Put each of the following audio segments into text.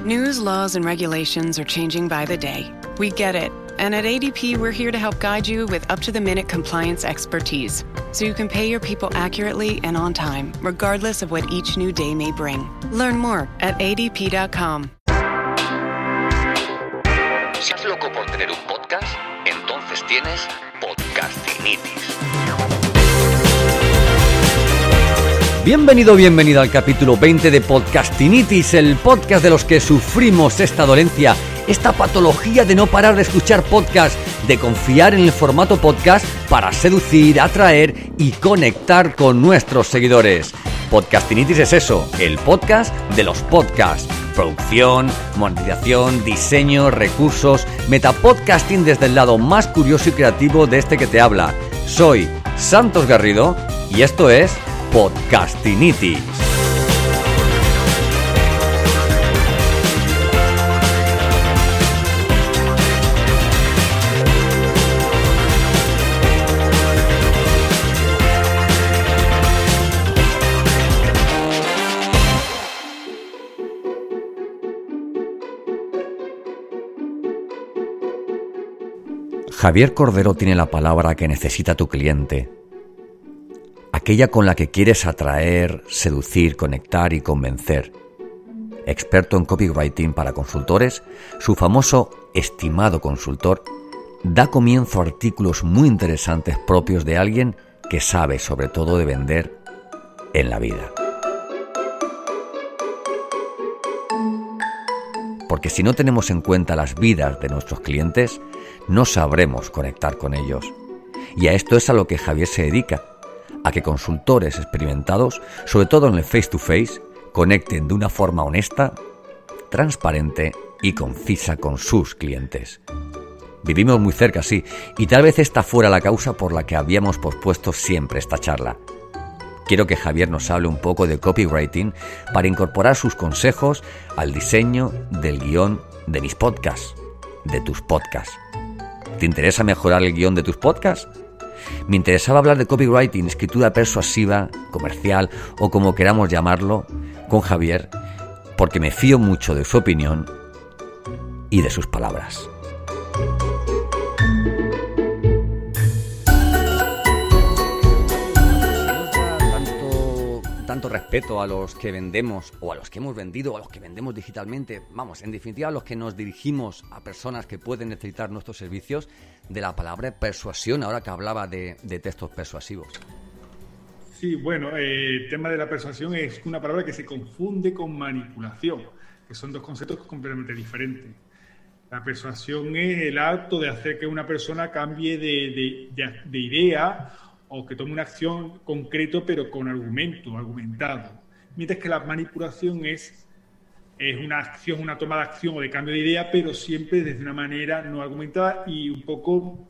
News, laws, and regulations are changing by the day. We get it. And at ADP, we're here to help guide you with up-to-the-minute compliance expertise, so you can pay your people accurately and on time, regardless of what each new day may bring. Learn more at adp.com. Si estás loco por tener un podcast, entonces tienes Podcastinitis. Bienvenido al capítulo 20 de Podcastinitis, el podcast de los que sufrimos esta dolencia, esta patología de no parar de escuchar podcast, de confiar en el formato podcast para seducir, atraer y conectar con nuestros seguidores. Podcastinitis es eso, el podcast de los podcasts. Producción, monetización, diseño, recursos, metapodcasting desde el lado más curioso y creativo de este que te habla. Soy Santos Garrido y esto es Podcastinitis. Javier Cordero tiene la palabra que necesita tu cliente, aquella con la que quieres atraer, seducir, conectar y convencer. Experto en copywriting para consultores, su famoso estimado consultor da comienzo a artículos muy interesantes propios de alguien que sabe sobre todo de vender en la vida. Porque si no tenemos en cuenta las vidas de nuestros clientes, no sabremos conectar con ellos. Y a esto es a lo que Javier se dedica, a que consultores experimentados, sobre todo en el face-to-face, conecten de una forma honesta, transparente y concisa con sus clientes. Vivimos muy cerca, sí, y tal vez esta fuera la causa por la que habíamos pospuesto siempre esta charla. Quiero que Javier nos hable un poco de copywriting para incorporar sus consejos al diseño del guión de mis podcasts, de tus podcasts. ¿Te interesa mejorar el guión de tus podcasts? Me interesaba hablar de copywriting, escritura persuasiva, comercial o como queramos llamarlo, con Javier, porque me fío mucho de su opinión y de sus palabras. Tanto respeto a los que vendemos o a los que hemos vendido o a los que vendemos digitalmente, vamos, en definitiva a los que nos dirigimos a personas que pueden necesitar nuestros servicios, de la palabra persuasión, ahora que hablaba de textos persuasivos. Sí, bueno, el tema de la persuasión es una palabra que se confunde con manipulación, que son dos conceptos completamente diferentes. La persuasión es el acto de hacer que una persona cambie de idea o que tome una acción concreto pero con argumentado. Mientras que la manipulación es una acción, una toma de acción o de cambio de idea, pero siempre desde una manera no argumentada y un poco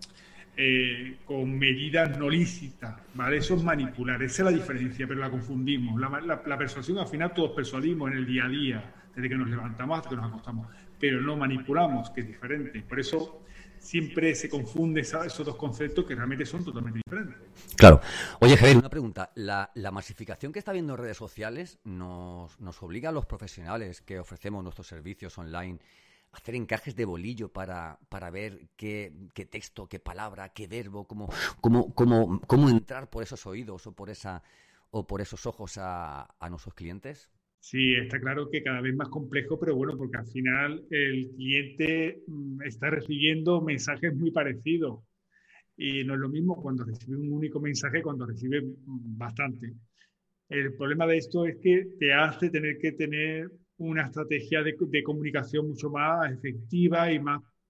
con medidas no lícitas, ¿vale? Eso es manipular, esa es la diferencia, pero la confundimos. La persuasión, al final todos persuadimos en el día a día, desde que nos levantamos hasta que nos acostamos, pero no manipulamos, que es diferente. Por eso siempre se confunde esos dos conceptos que realmente son totalmente diferentes. Claro. Oye, Javier, una pregunta. La masificación que está habiendo en redes sociales nos obliga a los profesionales que ofrecemos nuestros servicios online a hacer encajes de bolillo para ver qué texto, qué palabra, qué verbo, cómo entrar por esos oídos o por esos ojos a nuestros clientes. Sí, está claro que cada vez más complejo, pero bueno, porque al final el cliente está recibiendo mensajes muy parecidos y no es lo mismo cuando recibe un único mensaje que cuando recibe bastante. El problema de esto es que te hace tener que tener una estrategia de comunicación mucho más efectiva y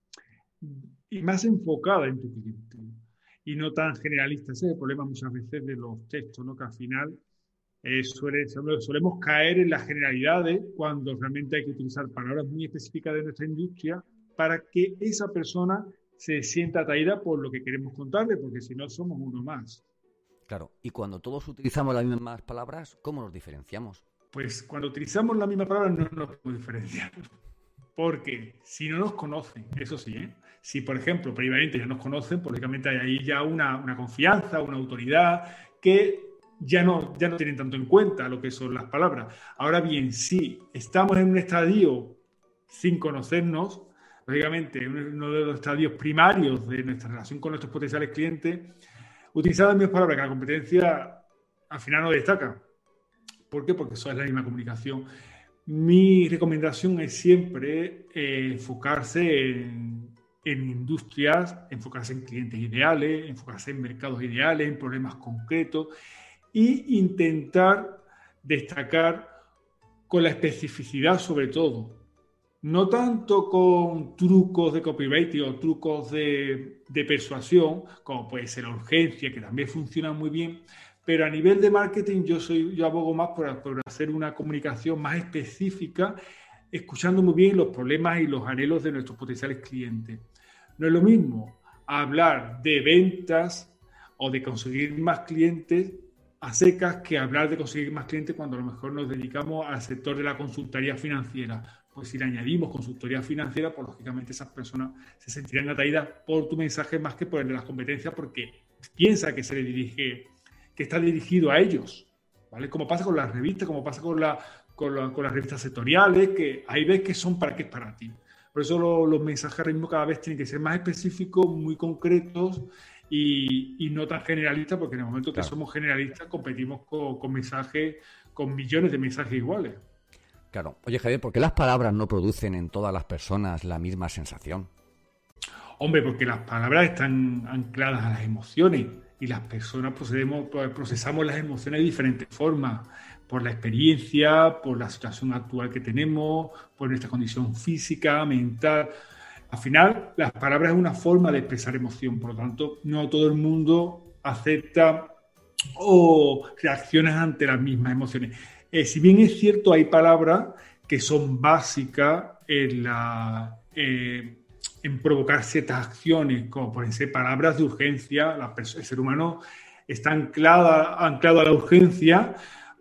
más enfocada en tu cliente y no tan generalista. Ese es el problema muchas veces de los textos, ¿no? Que al final solemos caer en las generalidades cuando realmente hay que utilizar palabras muy específicas de nuestra industria para que esa persona se sienta atraída por lo que queremos contarle, porque si no somos uno más. Claro, y cuando todos utilizamos las mismas palabras, ¿cómo nos diferenciamos? Pues cuando utilizamos la misma palabra no nos podemos diferenciar. Porque si no nos conocen, eso sí, si por ejemplo previamente ya nos conocen, pues lógicamente hay ahí ya una confianza, una autoridad que ya no tienen tanto en cuenta lo que son las palabras. Ahora bien, si estamos en un estadio sin conocernos. Lógicamente, uno de los estadios primarios de nuestra relación con nuestros potenciales clientes, utilizar las mismas palabras que la competencia al final no destaca. ¿Por qué? Porque eso es la misma comunicación. Mi recomendación es siempre enfocarse en industrias, enfocarse en clientes ideales, enfocarse en mercados ideales, en problemas concretos e intentar destacar con la especificidad sobre todo. No tanto con trucos de copywriting o trucos de persuasión, como puede ser la urgencia, que también funciona muy bien, pero a nivel de marketing yo abogo más por hacer una comunicación más específica, escuchando muy bien los problemas y los anhelos de nuestros potenciales clientes. No es lo mismo hablar de ventas o de conseguir más clientes a secas que hablar de conseguir más clientes cuando a lo mejor nos dedicamos al sector de la consultoría financiera. Pues si le añadimos consultoría financiera, pues lógicamente esas personas se sentirán atraídas por tu mensaje más que por el de las competencias, porque piensa que se le dirige, que está dirigido a ellos, ¿vale? Como pasa con las revistas, como pasa con las revistas sectoriales, que ahí ves que son para qué es para ti. Por eso los mensajes ahora mismo cada vez tienen que ser más específicos, muy concretos y no tan generalistas, porque en el momento que somos generalistas competimos con mensajes, con millones de mensajes iguales. Claro. Oye, Javier, ¿por qué las palabras no producen en todas las personas la misma sensación? Hombre, porque las palabras están ancladas a las emociones y las personas procesamos las emociones de diferentes formas, por la experiencia, por la situación actual que tenemos, por nuestra condición física, mental. Al final, las palabras es una forma de expresar emoción, por lo tanto, no todo el mundo acepta o reacciona ante las mismas emociones. Si bien es cierto, hay palabras que son básicas en provocar ciertas acciones, como pueden ser palabras de urgencia. El ser humano está anclado a la urgencia,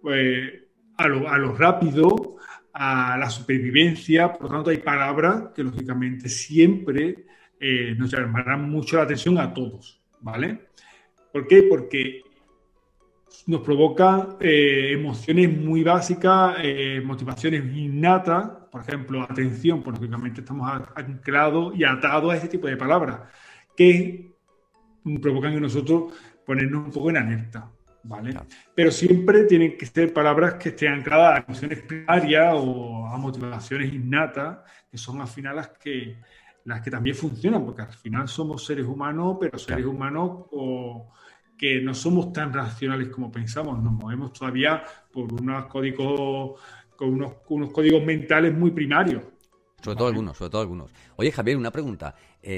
a lo rápido, a la supervivencia. Por lo tanto, hay palabras que lógicamente siempre nos llamarán mucho la atención a todos, ¿vale? ¿Por qué? Porque nos provoca emociones muy básicas, motivaciones innatas. Por ejemplo, atención, pues lógicamente estamos anclados y atados a ese tipo de palabras que provocan en nosotros ponernos un poco en alerta, ¿vale? Claro. Pero siempre tienen que ser palabras que estén ancladas a emociones primarias o a motivaciones innatas, que son al final las que también funcionan, porque al final somos seres humanos, pero seres humanos que no somos tan racionales como pensamos, nos movemos todavía por unos códigos, con unos códigos mentales muy primarios. Sobre todo algunos. Oye, Javier, una pregunta.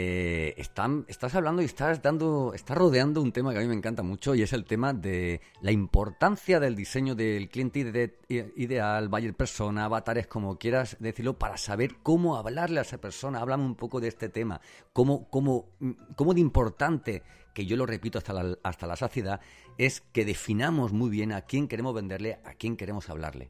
Estás hablando y estás rodeando un tema que a mí me encanta mucho, y es el tema de la importancia del diseño del cliente ideal, buyer persona, avatares, como quieras decirlo, para saber cómo hablarle a esa persona. Háblame un poco de este tema. ¿Cómo de importante, que yo lo repito hasta la saciedad, es que definamos muy bien a quién queremos venderle, a quién queremos hablarle?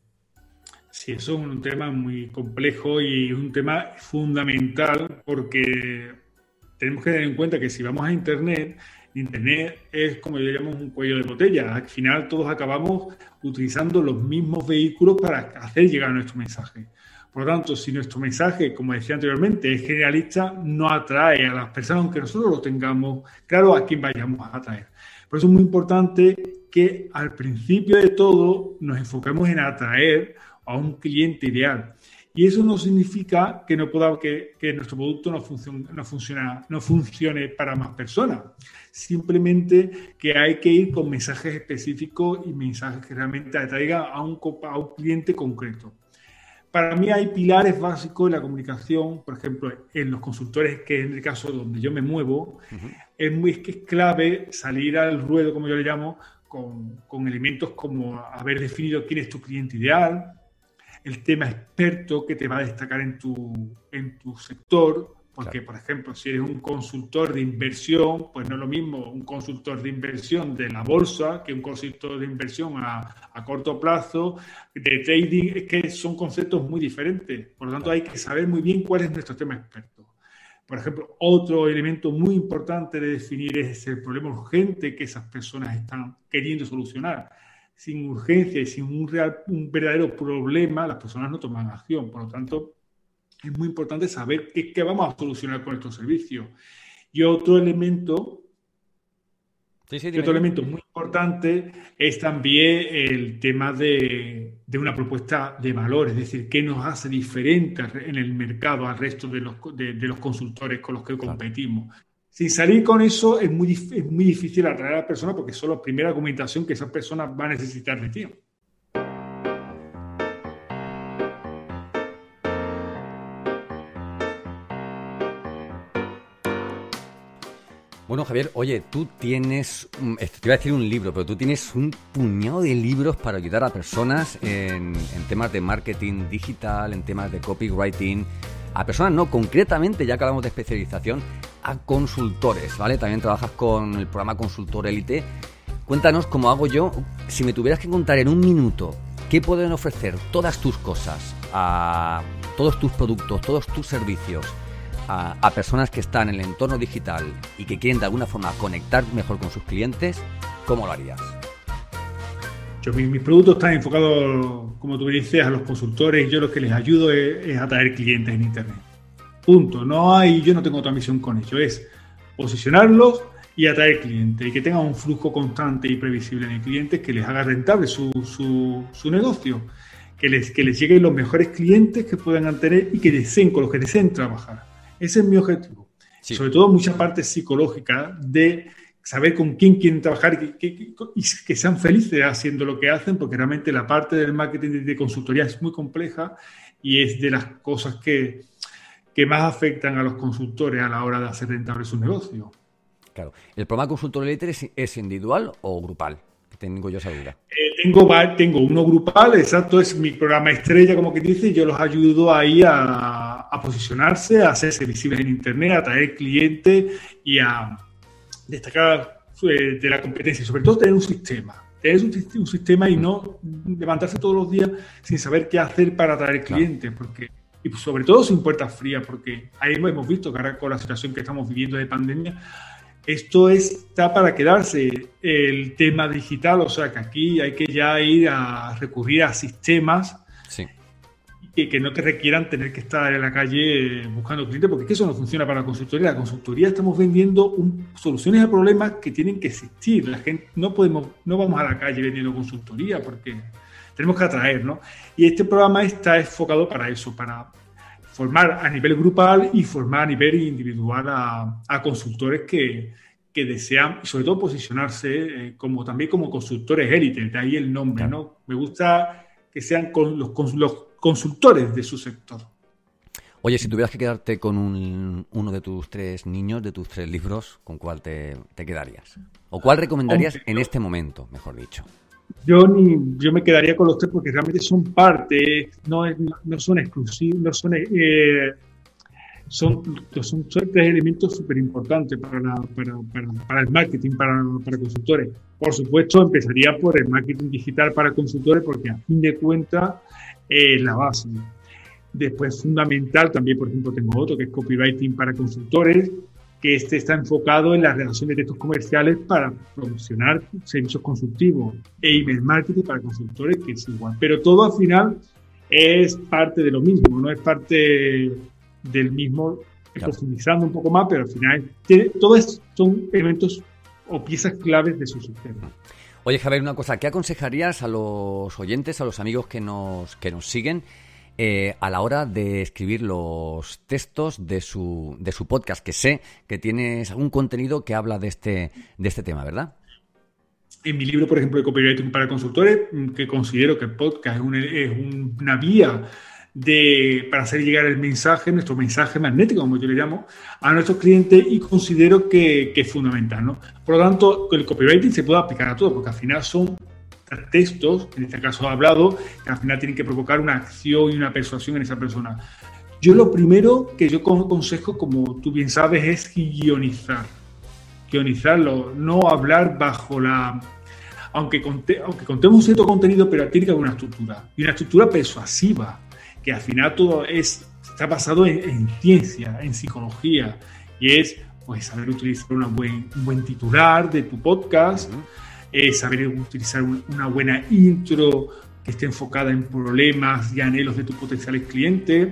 Sí, eso es un tema muy complejo y un tema fundamental, porque tenemos que tener en cuenta que si vamos a Internet es, como yo llamo, un cuello de botella. Al final todos acabamos utilizando los mismos vehículos para hacer llegar nuestro mensaje. Por lo tanto, si nuestro mensaje, como decía anteriormente, es generalista, no atrae a las personas, aunque nosotros lo tengamos claro a quién vayamos a atraer. Por eso es muy importante que al principio de todo nos enfoquemos en atraer a un cliente ideal. Y eso no significa que que nuestro producto no funcione para más personas. Simplemente que hay que ir con mensajes específicos y mensajes que realmente atraigan a un cliente concreto. Para mí hay pilares básicos en la comunicación, por ejemplo, en los consultores, que es en el caso donde yo me muevo, es clave salir al ruedo, como yo le llamo, con elementos como haber definido quién es tu cliente ideal, el tema experto que te va a destacar en tu sector, porque, por ejemplo, si eres un consultor de inversión, pues no es lo mismo un consultor de inversión de la bolsa que un consultor de inversión a corto plazo, de trading. Es que son conceptos muy diferentes. Por lo tanto, hay que saber muy bien cuál es nuestro tema experto. Por ejemplo, otro elemento muy importante de definir es el problema urgente que esas personas están queriendo solucionar. Sin urgencia y sin un verdadero problema, las personas no toman acción. Por lo tanto, es muy importante saber qué vamos a solucionar con estos servicios. Y otro elemento muy importante es también el tema de una propuesta de valor, es decir, qué nos hace diferentes en el mercado al resto de los consultores con los que competimos. Sin salir con eso es muy difícil atraer a la persona porque es la primera argumentación que esa persona va a necesitar de ti. Bueno, Javier, oye, tú tienes, te iba a decir un libro, pero tú tienes un puñado de libros para ayudar a personas en temas de marketing digital, en temas de copywriting, a personas no, concretamente, ya que hablamos de especialización, a consultores, ¿vale? También trabajas con el programa Consultor Élite. Cuéntanos cómo hago yo, si me tuvieras que contar en un minuto, ¿qué pueden ofrecer todas tus cosas, a todos tus productos, todos tus servicios, a personas que están en el entorno digital y que quieren de alguna forma conectar mejor con sus clientes? ¿Cómo lo harías? Mis productos están enfocados, como tú dices, a los consultores. Yo lo que les ayudo es atraer clientes en Internet. Punto. Yo no tengo otra misión con ello. Es posicionarlos y atraer clientes y que tengan un flujo constante y previsible de clientes que les haga rentable su negocio. Que les lleguen los mejores clientes que puedan tener y con los que deseen trabajar. Ese es mi objetivo. Sí. Sobre todo mucha parte psicológica de saber con quién quieren trabajar y que sean felices haciendo lo que hacen, porque realmente la parte del marketing de consultoría es muy compleja y es de las cosas que más afectan a los consultores a la hora de hacer rentable su negocio. Claro. ¿El programa Consultor Élite es individual o grupal? Tengo yo esa duda. Tengo uno grupal, exacto, es mi programa estrella, como que dice, yo los ayudo ahí a posicionarse, a hacerse visibles en Internet, a atraer clientes y a destacar de la competencia, sobre todo tener un sistema. Tener un sistema y no levantarse todos los días sin saber qué hacer para atraer clientes, y sobre todo sin puertas frías, porque ahí hemos visto que ahora con la situación que estamos viviendo de pandemia, esto está para quedarse el tema digital, o sea que aquí hay que ya ir a recurrir a sistemas que no te requieran tener que estar en la calle buscando clientes, porque eso no funciona para la consultoría. La consultoría estamos vendiendo soluciones a problemas que tienen que existir. La gente no vamos a la calle vendiendo consultoría porque tenemos que atraer, ¿no? Y este programa está enfocado para eso, para formar a nivel grupal y formar a nivel individual a consultores que desean, sobre todo, posicionarse también como consultores élite, de ahí el nombre, ¿no? Me gusta que sean los consultores de su sector. Oye, si tuvieras que quedarte con uno de tus 3 niños, de tus 3 libros, ¿con cuál te quedarías? ¿O cuál recomendarías en este momento, mejor dicho? Yo me quedaría con los 3 porque realmente son parte, no son exclusivos, son 3 elementos súper importantes para el marketing, para consultores. Por supuesto, empezaría por el marketing digital para consultores porque a fin de cuentas es la base. Después, fundamental, también, por ejemplo, tengo otro que es copywriting para consultores, que está enfocado en la redacción de textos comerciales para promocionar servicios consultivos, e email marketing para consultores, que es igual. Pero todo al final es parte de lo mismo, no es parte del mismo, profundizando un poco más, pero al final todos son elementos o piezas claves de su sistema. Oye, Javier, una cosa, ¿qué aconsejarías a los oyentes, a los amigos que nos siguen a la hora de escribir los textos de su podcast? Que sé que tienes algún contenido que habla de este tema, ¿verdad? En mi libro, por ejemplo, de copywriting para consultores, que considero que el podcast es una vía para hacer llegar el mensaje, nuestro mensaje magnético, como yo le llamo, a nuestros clientes, y considero que es fundamental, ¿no? Por lo tanto, el copywriting se puede aplicar a todo, porque al final son textos, en este caso hablado, que al final tienen que provocar una acción y una persuasión en esa persona. Yo lo primero que yo aconsejo, como tú bien sabes, es guionizarlo, no hablar bajo aunque contemos un cierto contenido, pero tiene que haber una estructura, y una estructura persuasiva, que al final todo está basado en ciencia, en psicología, y es pues saber utilizar un buen titular de tu podcast, saber utilizar una buena intro que esté enfocada en problemas y anhelos de tus potenciales clientes,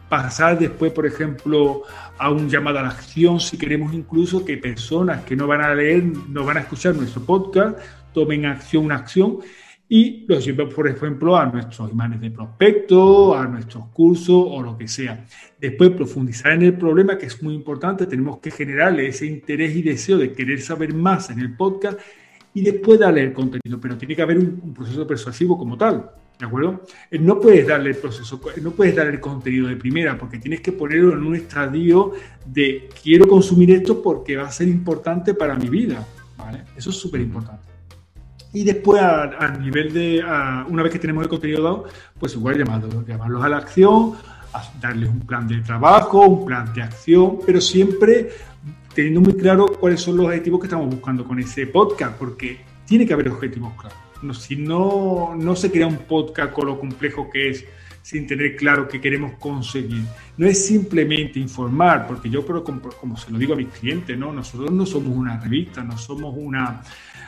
pasar después, por ejemplo, a un llamado a la acción, si queremos incluso que personas que no van a leer, no van a escuchar nuestro podcast, tomen una acción y los lleven, por ejemplo, a nuestros imanes de prospecto, a nuestros cursos o lo que sea. Después, profundizar en el problema, que es muy importante. Tenemos que generarle ese interés y deseo de querer saber más en el podcast y después darle el contenido. Pero tiene que haber un proceso persuasivo como tal, ¿de acuerdo? No puedes darle el contenido de primera, porque tienes que ponerlo en un estadio de quiero consumir esto porque va a ser importante para mi vida, ¿vale? Eso es súper importante. Y después, a nivel de, una vez que tenemos el contenido dado, pues igual llamarlos a la acción, darles un plan de trabajo, un plan de acción, pero siempre teniendo muy claro cuáles son los objetivos que estamos buscando con ese podcast, porque tiene que haber objetivos claros. Si no se crea un podcast con lo complejo que es, sin tener claro qué queremos conseguir. No es simplemente informar, porque yo, pero como se lo digo a mis clientes, ¿no? Nosotros no somos una revista, no somos una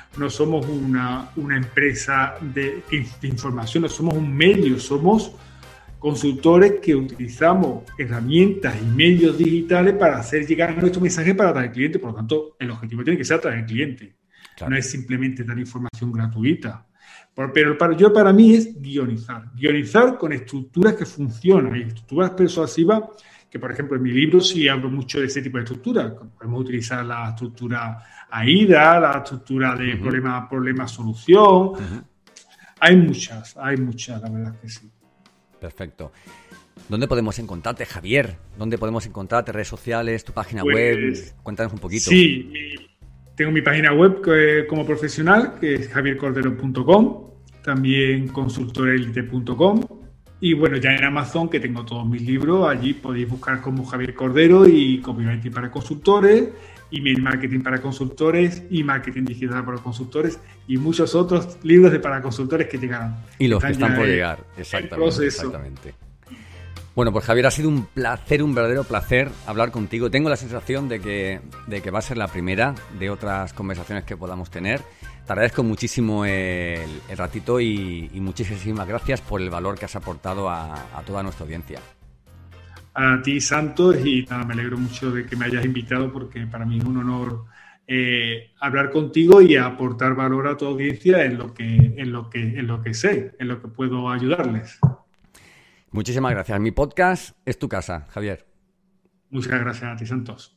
empresa de información, no somos un medio, somos consultores que utilizamos herramientas y medios digitales para hacer llegar nuestro mensaje para atraer cliente. Por lo tanto, el objetivo tiene que ser atraer cliente. Claro. No es simplemente dar información gratuita. Pero para mí es guionizar con estructuras que funcionan. Hay estructuras persuasivas que, por ejemplo, en mi libro sí hablo mucho de ese tipo de estructuras. Podemos utilizar la estructura AIDA, la estructura de problema-solución. Hay muchas, la verdad que sí. Perfecto. ¿Dónde podemos encontrarte, Javier? ¿Dónde podemos encontrarte? ¿Redes sociales? ¿Tu página web? Cuéntanos un poquito. Sí, tengo mi página web como profesional, que es javiercordero.com, también consultorelite.com, y bueno, ya en Amazon, que tengo todos mis libros, allí podéis buscar como Javier Cordero y Copywriting para Consultores, Email Marketing para Consultores y Marketing Digital para Consultores y muchos otros libros para consultores que llegarán. Y los que están por llegar, exactamente. Bueno, pues Javier, ha sido un placer, un verdadero placer hablar contigo. Tengo la sensación de que va a ser la primera de otras conversaciones que podamos tener. Te agradezco muchísimo el ratito y muchísimas gracias por el valor que has aportado a toda nuestra audiencia. A ti, Santos, y nada, me alegro mucho de que me hayas invitado porque para mí es un honor hablar contigo y aportar valor a tu audiencia en lo que sé, en lo que puedo ayudarles. Muchísimas gracias. Mi podcast es tu casa, Javier. Muchas gracias a ti, Santos.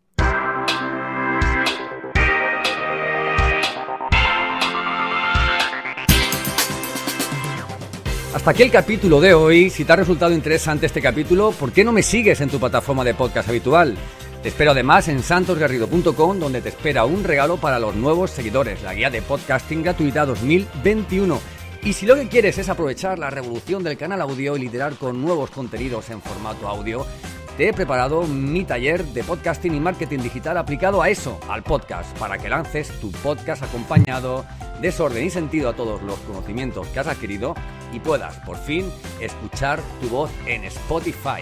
Hasta aquí el capítulo de hoy. Si te ha resultado interesante este capítulo, ¿por qué no me sigues en tu plataforma de podcast habitual? Te espero además en santosgarrido.com, donde te espera un regalo para los nuevos seguidores, la guía de podcasting gratuita 2021. Y si lo que quieres es aprovechar la revolución del canal audio y liderar con nuevos contenidos en formato audio, te he preparado mi taller de podcasting y marketing digital aplicado a eso, al podcast, para que lances tu podcast acompañado de orden y sentido a todos los conocimientos que has adquirido y puedas, por fin, escuchar tu voz en Spotify.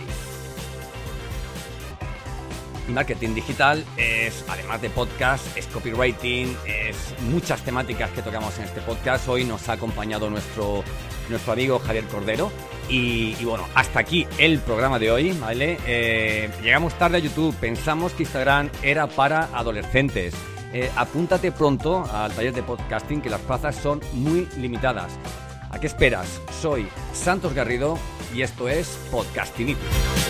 Y marketing digital es, además de podcast, es copywriting, es muchas temáticas que tocamos en este podcast. Hoy nos ha acompañado nuestro amigo Javier Cordero. Y bueno, hasta aquí el programa de hoy, ¿vale? Llegamos tarde a YouTube, pensamos que Instagram era para adolescentes. Apúntate pronto al taller de podcasting, que las plazas son muy limitadas. ¿A qué esperas? Soy Santos Garrido y esto es Podcastinitis.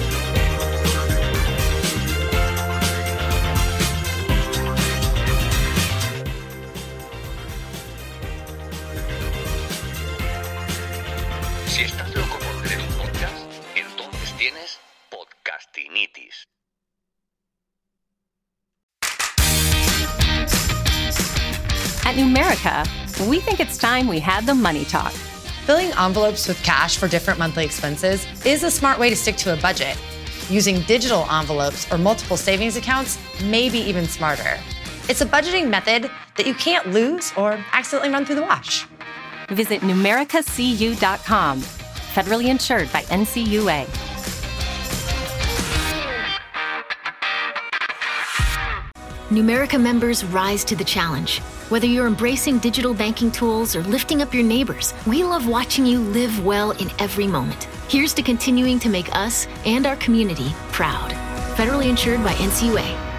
Si estás loco por tener un podcast, entonces tienes Podcastinitis. At Numerica, we think it's time we had the money talk. Filling envelopes with cash for different monthly expenses is a smart way to stick to a budget. Using digital envelopes or multiple savings accounts may be even smarter. It's a budgeting method that you can't lose or accidentally run through the wash. Visit numericacu.com. Federally insured by NCUA. Numerica members rise to the challenge. Whether you're embracing digital banking tools or lifting up your neighbors, we love watching you live well in every moment. Here's to continuing to make us and our community proud. Federally insured by NCUA.